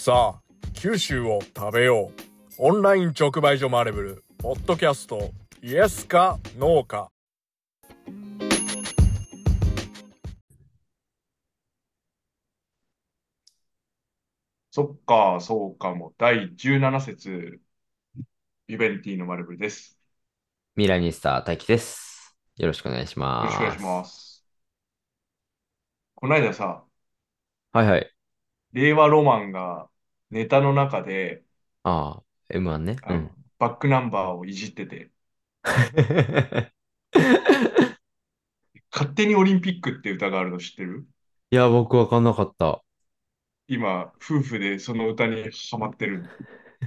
さあ、九州を食べよう。オンライン直売所マレブル、ポッドキャスト、イエスかノーか。 そっか、そうかも。第17節、ユベリティのマルブルです。 ミラニスタ大輝です。よろしくお願いしよろしくお願いしまます。 す。この間さ、 はいはい。 令和ロマンがネタの中で、 ああ、M1 ね。うん。 バックナンバーをいじってて、勝手にオリンピックって歌があるの知ってる？ いや、僕わかんなかった。 今、夫婦でその歌にハマってる。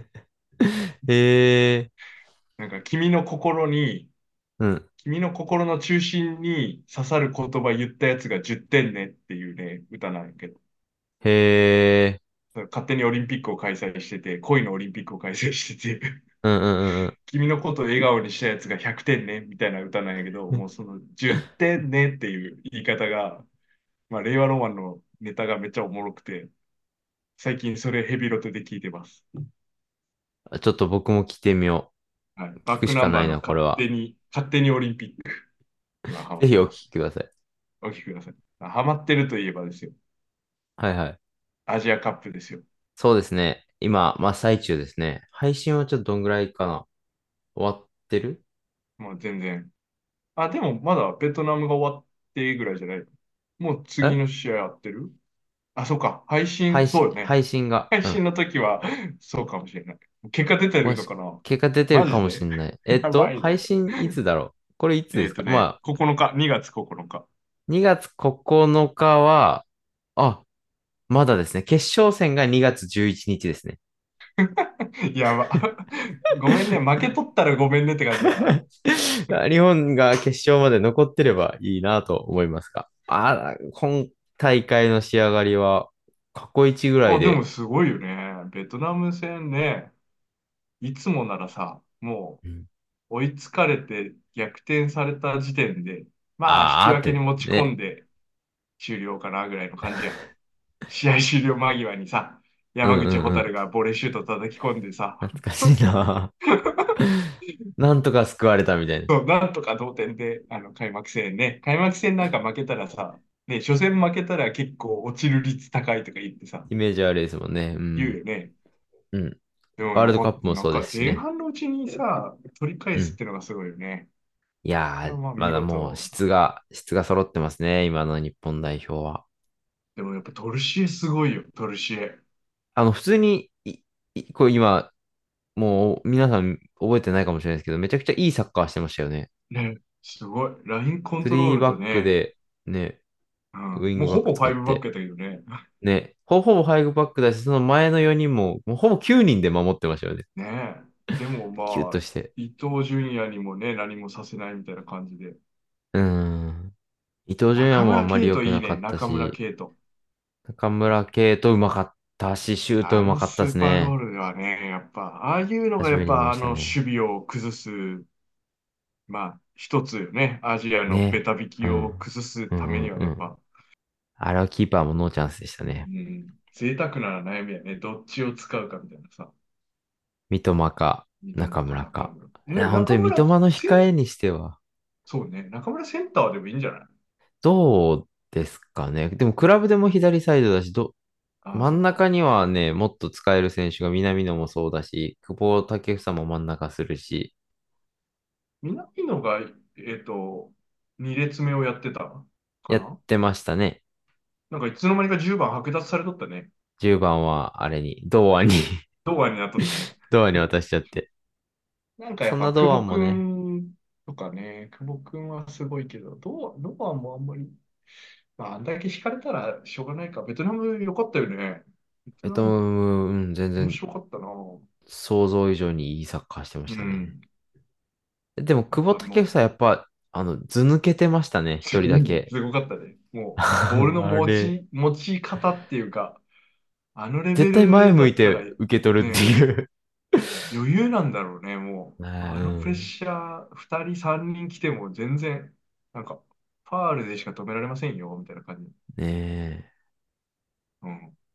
へえ、 なんか、 うん。 君の心の中心に刺さる言葉言ったやつが10点ねっていうね、歌なんやけど。 へえ、 勝手にオリンピックを開催してて、恋のオリンピックを開催してて、 うんうんうん君のことを笑顔にしたやつが100点ね、みたいな歌なんやけど、 うん。 もうその10点ねっていう言い方が、まあ、令和ロマンのネタがめっちゃおもろくて、最近それヘビロテで聞いてます。 ちょっと僕も聞いてみよはい。 う。聞バックナくしかないな、こンバーのれは。 勝手にオリンピック。今ハマぜひお聞ってます。 きください。 お聞きください。ハマってるといえばですよ。 はいはい。 アジアカップですよ。 そうですね。今、真っ最中ですね。配信はちょっとどんぐらいかな。終わってる？ もう全然。あ、でもまだベトナムが終わってぐらいじゃない？もう次えの試合やってる？あ、そうか。そうよね。 配信が。うん。 配信の時は、そうかもしれない。結果出てもし、 るのかな？ 結果出てるかもしマジで？ れない。配やばいね。 信いつだろう？これいつですか？まあ、 9日、2月9日。 2月9日は、あ、まだですね。決勝戦が2月11日ですね。 やば。ごめんね。負け取ったらごめんねって感じだな。 日本が決勝まで残ってればいいなと思いますが。今大会の仕上がりは過去一ぐらいあ、でもで、 すごいよね。ベトナム戦ね、いつもならさ、もうん、 う追いつかれて逆転された時点で、まあ引きあーって分けに持ち込んね。 で終了かなぐらいの感じやん。試合終了間際にさ、 うん山口うんうん。 蛍がボレーシュート叩き込んでさ、 懐かしいな。なんとか救われたみたいな。 そう、なんとか同点で、開幕戦ね。開幕戦なんか負けたらさ、ね、初戦負けたら結構落ちる率高いとか言ってさ、 イメージ悪いですもんね。うん。 言うよね。 うん。 でも、 ワールドカップもそうでなんかすしね。 前半のうちにさ、取り返うん。 すってのがすごいよね。 いやー、 これはまあ見まだもう事。 質が揃ってますね。今の日本代表は。 でもやっぱトルシエすごいよ、トルシエ。 普通に、これ今、もう皆さん覚えてないかもしれないですけど、めちゃくちゃいいサッカーしてましたよね。 ね、すごい。ラインコントロール 3バックとね、 で、ね、 うん、 ウィングバックもうほぼファイブバック使って、 やったけどね。 ね、ほぼ5バックだし、その前の4人も、もうほぼ9人で守ってましたよね。 ねえ。でもキュッまあ、 として。 伊東純也にもね、何もさせないみたいな感じで。 うーん。伊東純也中村もあんまり敬斗いいね、 良くなかった中村し、 敬斗。 中村敬斗うまかったし、シュートうまかったスーパーゴーですね。 ルはね、やっぱ、ああいうのが久しぶりに見やっぱ、 ましたね。 守備を崩す、まあ、一つよね。アジアのベね。 タ引きをうん。 崩すうんためには、 うんうん。 やっぱ、 あれはキーパーもノーチャンスでしたうね。 ん、贅沢な悩みやね。どっちを使うかみたいなさ。 三笘か、 三笘か中村か。 中村。 いや、本当に三中村笘のセン、 控えにしては、 そうね。中村センターでもいいんじゃない？ どうですかね。でも、クラブでも左サイドだし、 ああ、 真そっか。 ん中にはね、もっと使える選手が南野もそうだし、久保建英も真ん中するし、 南野が、2列目をやってたかな？ やってましたね。 なんかいつの間にか10番剥奪されとったね。 10番はあれに、堂安に堂安になっとったね。 堂安に渡しちゃって。 なんかやそんな堂っぱ久保く安もね、 んとかね、久保くんはすごいけど、堂安もあんまり、まあ、あんだけ引かれたらしょうがないか。ベトナム良かったよね。ベトナムうん、全面然白かったな。 想像以上にいいサッカーしてましたね。 うん。 でも、 やっ久保建英ぱもう、 はやっぱ、図抜けてましたね、一人だけ。 すごかったね。もう、ボールのあれ、 持ち方っていうか、あのレベ絶対前向いルだったら、 て受け取るってね、 いう。 余裕なんだろうね、もう。 ね、 あうのプレッん。 シャー、2人、3人来ても全然、なんか、ファールでしか止められませんよ、みたいな感じ。 ねえ。 うん。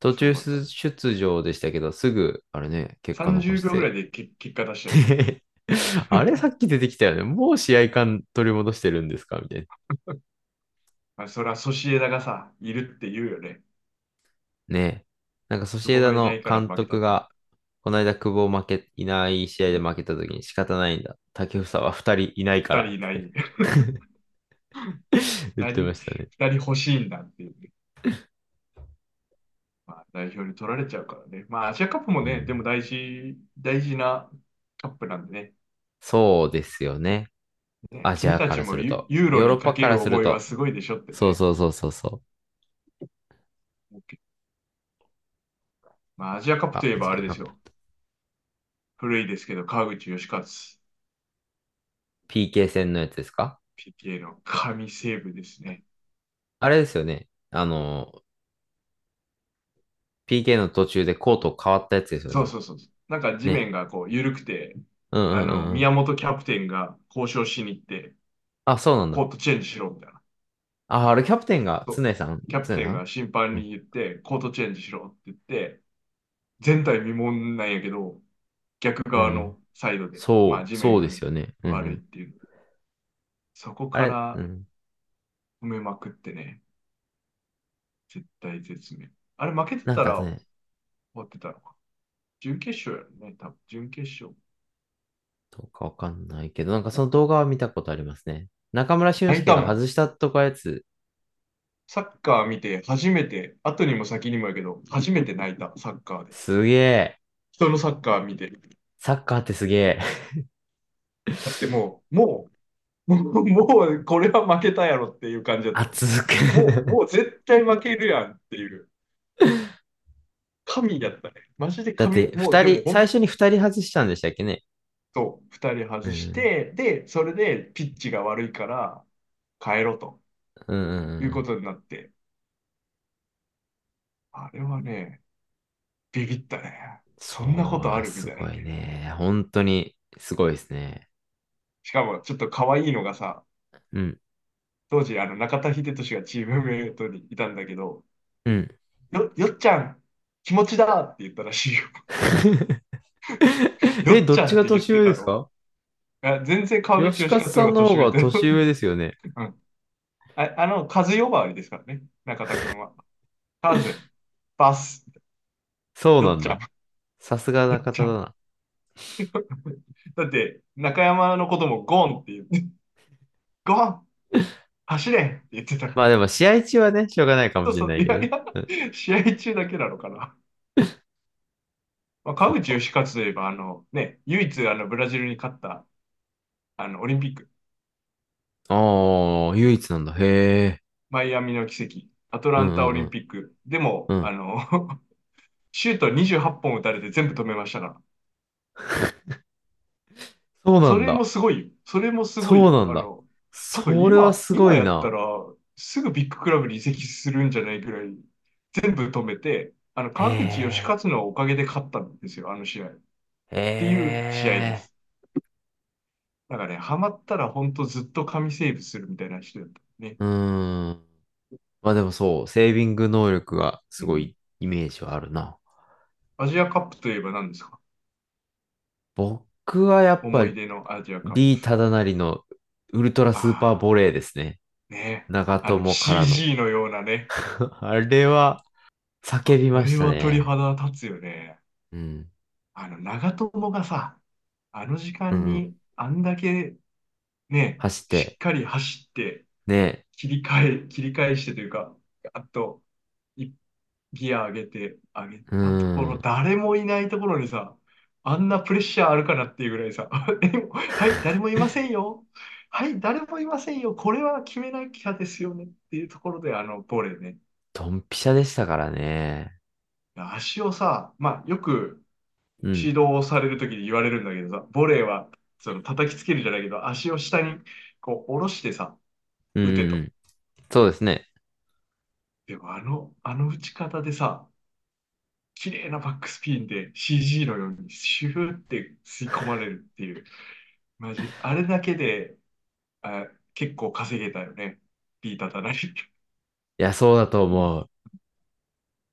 途中すごかった。 出場でしたけど、すぐ、あれね、結果残 30 して。 秒ぐらいで結果出したよね。 あれさっき出てきたよね。もう試合感取り戻してるんですかみたいな。 まあ、それはソシエダがさ、いるって言うよね。 ね。なんかソシエ久保がいなダの監いから負けたって。 督が、この間久保いない試合で負けた時に仕方ないんだ。竹房は2人いないか二らって人いない。 言ってま二人、 したね。 二人欲しいんだっていう、ね。まあ、代表に取られちゃうからね。まあ、アジアカップもね、でうん、 も大事なカップなんでね。 そうですよね。 ね、 アジアか君たちもらすると。 ユーロヨーロッパかにかけるらすると。 思いはすごいでしょってね。 そうそうそうそうそう。 まあ、アジアカップとあ、 いえアばあれですよ。 ジアカップ。 古いですけど、川口義勝、 PK 戦のやつですか？ PK の神セーブですね。 あれですよね。PK の途中でコート変わったやつですよね。 そうそうそう。なんか地ね。 面がこう緩くて、 うんうんうんうん。 宮本キャプテンが交渉しに行って、 あ、そうなんだ。 コートチェンジしろみたいな。 あ、あれキャプテンがそう。 常さんキャプテン常さんが審判うん。 に言って、コートチェンジしろって言って、前代未聞なんやけど、逆うん。 側のサイドで、まあそう、そうで地面がすよね。うんうん。 悪いっていう。そこあれ、うからん。 止めまくってね、絶対絶命。あれ負けてたら終なんかね、 わってたのか。準決勝やろね、多分準決勝。 どうかわかんないけど、なんかその動画は見たことありますね。中村俊輔が泣いたもん。 外したとかやつ、 サッカー見て初めて、後にも先にもやけど、初めて泣いた、サッカーで。 すげえ。 人のサッカー見て。 サッカーってすげえ。 だってもうこれは負けたやろっていう感じだった。 熱く。 もう絶対負けるやんっていう。神やったね。マジで神。 だって、 もうでも最本初に二人外したんでしたっけね。 当、二人外しうん。 て、で、それでピッチが悪いから帰ろうとうんうんうん。 いうことになって、あれはね、ビビったね。そんなことあそう、 るみすごいたいなね。 ね。本当にすごいですね。 しかもちょっと可愛いのがさ、 うん。 当時中田英寿がチームメイトにいたんだけど、 うん。 よっちゃん、気持ちだって言ったらしいよ。よえ、 っちゃんって言っどっちが年てたの。 上ですか？ 全然川口吉義勝の方が勝さんの方年上だよ。 が年上ですよね。 うん。数呼ばわりですからね、中田君は。数、バス、よっちゃん、 そうなんだ。さすがよっちゃん。 中田だな。 だって、中山のこともゴンって言って、ゴン、走れって言ってたから。 まあでも試合中はね、しょうがないかもしれそうそう、 ないけどね。 いやいや、 うん。 試合中だけなのかな。まあ、川口義そっか。 勝といえば、唯一ブラジルに勝った、オリンピック、 ああ、唯一なんだ。へえ。 マイアミの奇跡、アトうランタオリンんうんうん。 ピック、でも、 うん。 シュート28本打たれて全部止めましたから。 そうなそれもんだ。 すごいよ。それもすごいよ。 そうなんだ。 多分それはすご今やったいな。 ら、すぐビッグクラブに移籍するんじゃないくらい、全部止めて、 へ川口義え。 勝のおかげで勝ったんですよ、あの試合。っていう試合でへえ。 す。だからね、ハマったら本当ずっと神セーブするみたいな人だったね。 うーん。まあでもそう、セービング能力がうん。 すごいイメージはあるな。 アジアカップといえば何ですか？ 僕はやっぱ思い出のアジアカップ。 D ただなりのウルトラスーパーボあレーですね。 あ、ね。 長友からの。 CG のようなね。 あれは叫びましあれは鳥たね。 肌立つよね。 うん。 長友がさ、あの時うんうん。 間にあんだけね、 走って、 しっかり走ってね。 切り返してというか、あと、いギア上げうたところ、 ん。 誰もいないところにさ、あんなプレッシャーあるかなっていうぐらいさ、はい、誰もいませんよ。はい、誰もいませんよ。これは決めなきゃですよねっていうところで、ボレーね。 ドンピシャでしたからね。 足をさ、まあ、よくうん。 指導されるときに言われるんだけどさ、ボレーは、叩きつけるじゃないけど、足を下に、こう、下ろしてさ、 うん打てと。 うん。そうですね。 でも、あの打ち方でさ、綺麗なバックスピンで CG のようにシューって吸い込まれるっていう、マジ、あれだけで、結構稼げたよね。ピーターたなり。 いや、そうだと思う。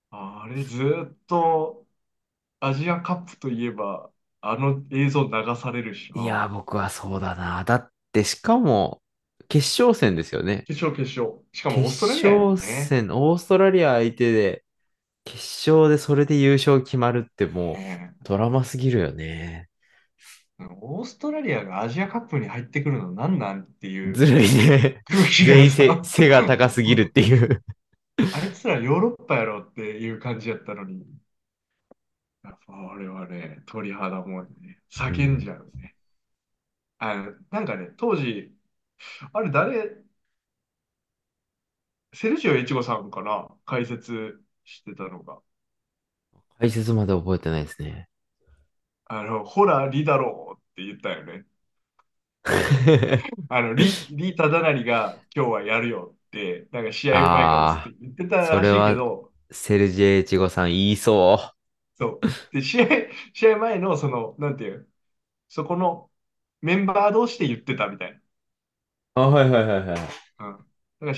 あれずっとアジアカップといえば、あの映像流されるしな。 いやー、僕はそうだな。だって、しかも、決勝戦ですよね。 決勝。しかも決オーストラリアやも勝んね。 戦、オーストラリア相手で、決勝でそれで優勝決まるってもう、 ねドラマすぎるよね。 オーストラリアがアジアカップに入ってくるのなんなんっていうずるいね。 空気全員がさ、 背が高すぎるっていう。 あいつらヨーロッパやろっていう感じやったのに、やっぱ俺はね、鳥肌もんね、叫んじうん。 ゃうね。なんかね、当時、あれセルジオ越後さんかな解説してたのが。 解説まで覚えてないですね。 ほら、リだろうって言ったよね。リ忠成が今日はやるよって、なんか試合前からずっとああ、 言ってたらしいけそれは、 ど、 セルジエイチゴさん言いそそう。で、試合前のなんていう、そこのメンバー同士で言ってたみたいな。 う。あ、はいはいはいはい。 うん。だから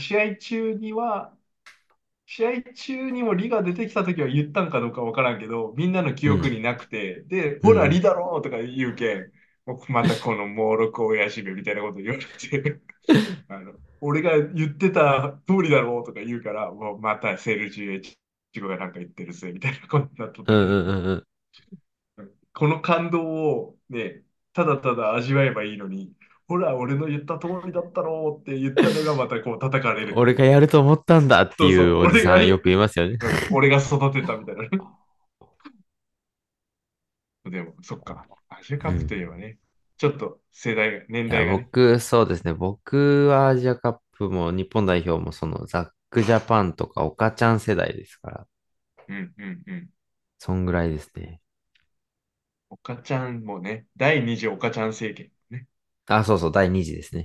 試合中にもリが出てきたときは言ったんかどうかわからんけど、みんなの記うん。 憶になくて、で、ほら、リうん。 だろうとか言うけん、もうまたこの猛録親しめみたいなこと言われて、俺が言ってた通りだろうとか言うから、もうまたセルジュエチゴがなんか言ってるぜ、みたいなことになっとっうんたけど、 うんうん。 この感動をね、ただただ味わえばいいのに、ほら、俺の言った通りだったろうって言ったのがまたこう叩かれるっていう。 俺がやると思ったんだってそうそう、 いうおじさんよく言いますよね。 俺が育てたみたいなね。でも、そっか。アジアカップとうん。 いえばね、ちょっと年いや、 代がね。 そうですね。僕はアジアカップも日本代表もそのザックジャパンとかオカちゃん世代ですから、 うんうんうん。 そんぐらいですね。 おかちゃんもね、第二次おかちゃん政権ね。 あ、そうそう、第2次ですね。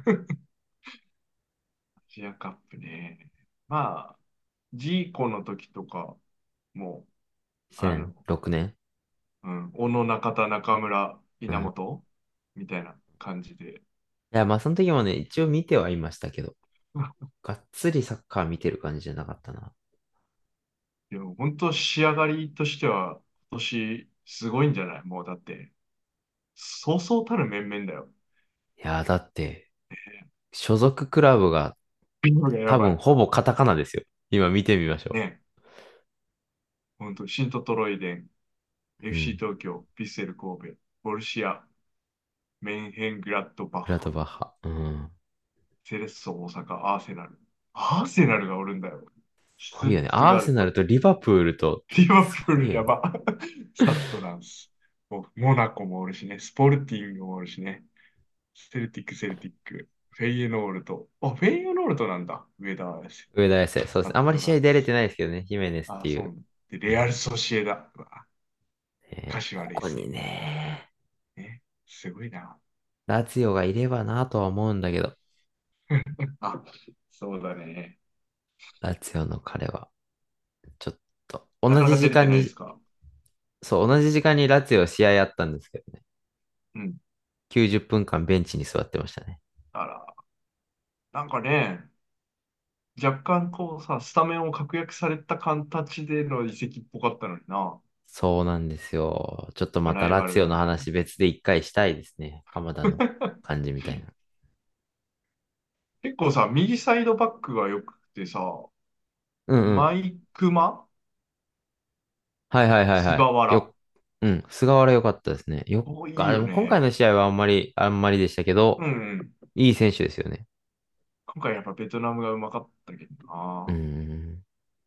アジアカップね。まあ、ジーコの時とかも、あの、 2006年。 うん、小野中田中村うん。 稲本みたいな感じで。 いや、まあその時もね、一応見てはいましたけど、がっつりサッカー見てる感じじゃなかったな。 でも本当仕上がりとしては今年すごいんじゃないもうだって、そうそうたる面々だよ。 いや、だって、所属クラブがビンゴがや多分ばい。 ほぼカタカナですよ。今見てみましょね。本当シントトロイデン、 う。う FC ん。 東京、ヴィッセル神戸、ボルシア、メンヘングラッドバッグラトハ、 バッハ。うん。 セレッソ大阪、アーセナル。アーセナルがおるんだよ。シュツッすごいよね。アーセナルトガルト、 とリバプールと、 リバすプーごいよね。 ルやば。スタッドランス。モナコもおるしね。スポルティングもおるしね。セルティック。フェイエノールと。あ、フェイエノールとなんだ。上田綺世。 上田綺世。そうです。あスタッドまり試合出れてランス。 ないですけどね。ヒメネスっあ、 ていう。 そうで、レアル・ソシエダ。うわこ柏レイソ。 こにね、 ね。すごいな。 ラツィオがいればなとは思うんだけど、 あ、そうだね。 ラツィオの彼は、ちょっと、 な同じかなか出れて時間に、 ないですか？ そう、同じ時間にラツィオ試合あったんですけどね。 うん。 90分間ベンチに座ってましたね。 あら。なんかね、若干こうさ、スタメンを確約された形での移籍っぽかったのにな。 そうなんですよ。ちょっとまたライバルラツィオのだからね。 話別で一回したいですね。鎌田の感じみたいな。 結構さ、右サイドバックが良くてさ、 うんうん。 マイクマ、 はいはいはいはい。 菅原。 うん。菅原良かったですね。 ここいいでも今回よね。 の試合はあんまりでしたけうど、 ん。 いい選手ですよね。 今回やっぱベトナムがうまかったけどうな。 ん。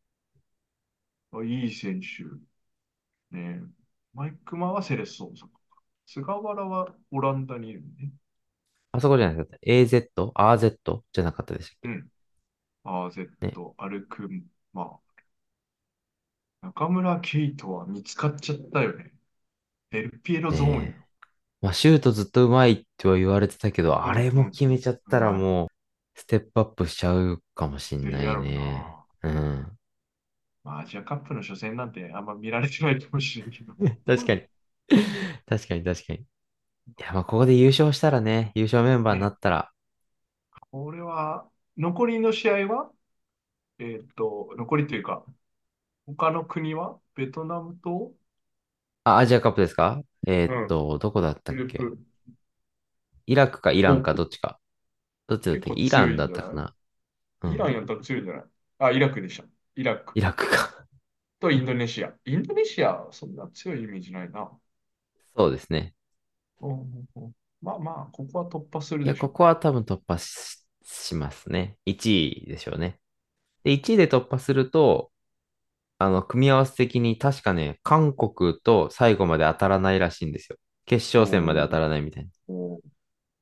いい選手。ね。マイクマはセレッソ大阪。菅原はオランダにいるね。 あそこじゃないですか。AZ じゃなかったでしたっけうん。RZ、 ね。 アルクマ。中村敬斗は見つかっちゃったよね。デルピエロゾーンよ。 ねえ。まあ、シュートずっと上手いっては言われてたけど、あれもうんうん。 決めちゃったらうまもう、ステップアップしちゃうかもしい。 んないやろうね。 な。 うん。 まあ、アジアカップの初戦なんてあんま見られてないかもしれんけど。 確かに。確かに確かに。いや、まあ、ここで優勝したらね、優勝メンバーになね。 ったら、 これは、残りの試合は残りというか、 他の国はベトナムと、 あ、アジアカップですか？ うん、 どこだったっけ？ グループ、 イラクかイランかトップ、 どっちか。どっちだったっけ？ 結構イランだ強いんじゃない？ ったかな。うん。 イランやったら強いんじゃない？あ、イラクでした。イラクイラクか。 とインドネシア。インドネシア、そんな強いイメージないな。 そうですね。 うんうんうん、まあまあ、ここは突破するいや、 でしょここは多分突破しますね。1位でしょうね。で、1位で突破すると、組み合わせ的に確かね、韓国と最後まで当たらないらしいんですよ。決う。 勝戦まで当たらないみたいな。 おー、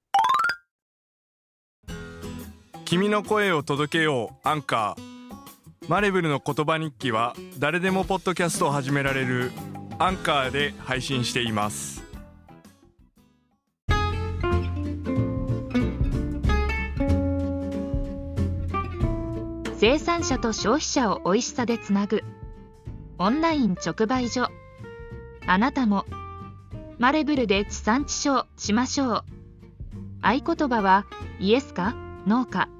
君の声を届けようアンカー。マレブルの言葉日記は誰でもポッドキャストを始められるアンカーで配信しています。 生産者と消費者を美味しさでつなぐオンライン直売所。あなたもマレブルで地産地消しましょう。合言葉はイエスかノーか。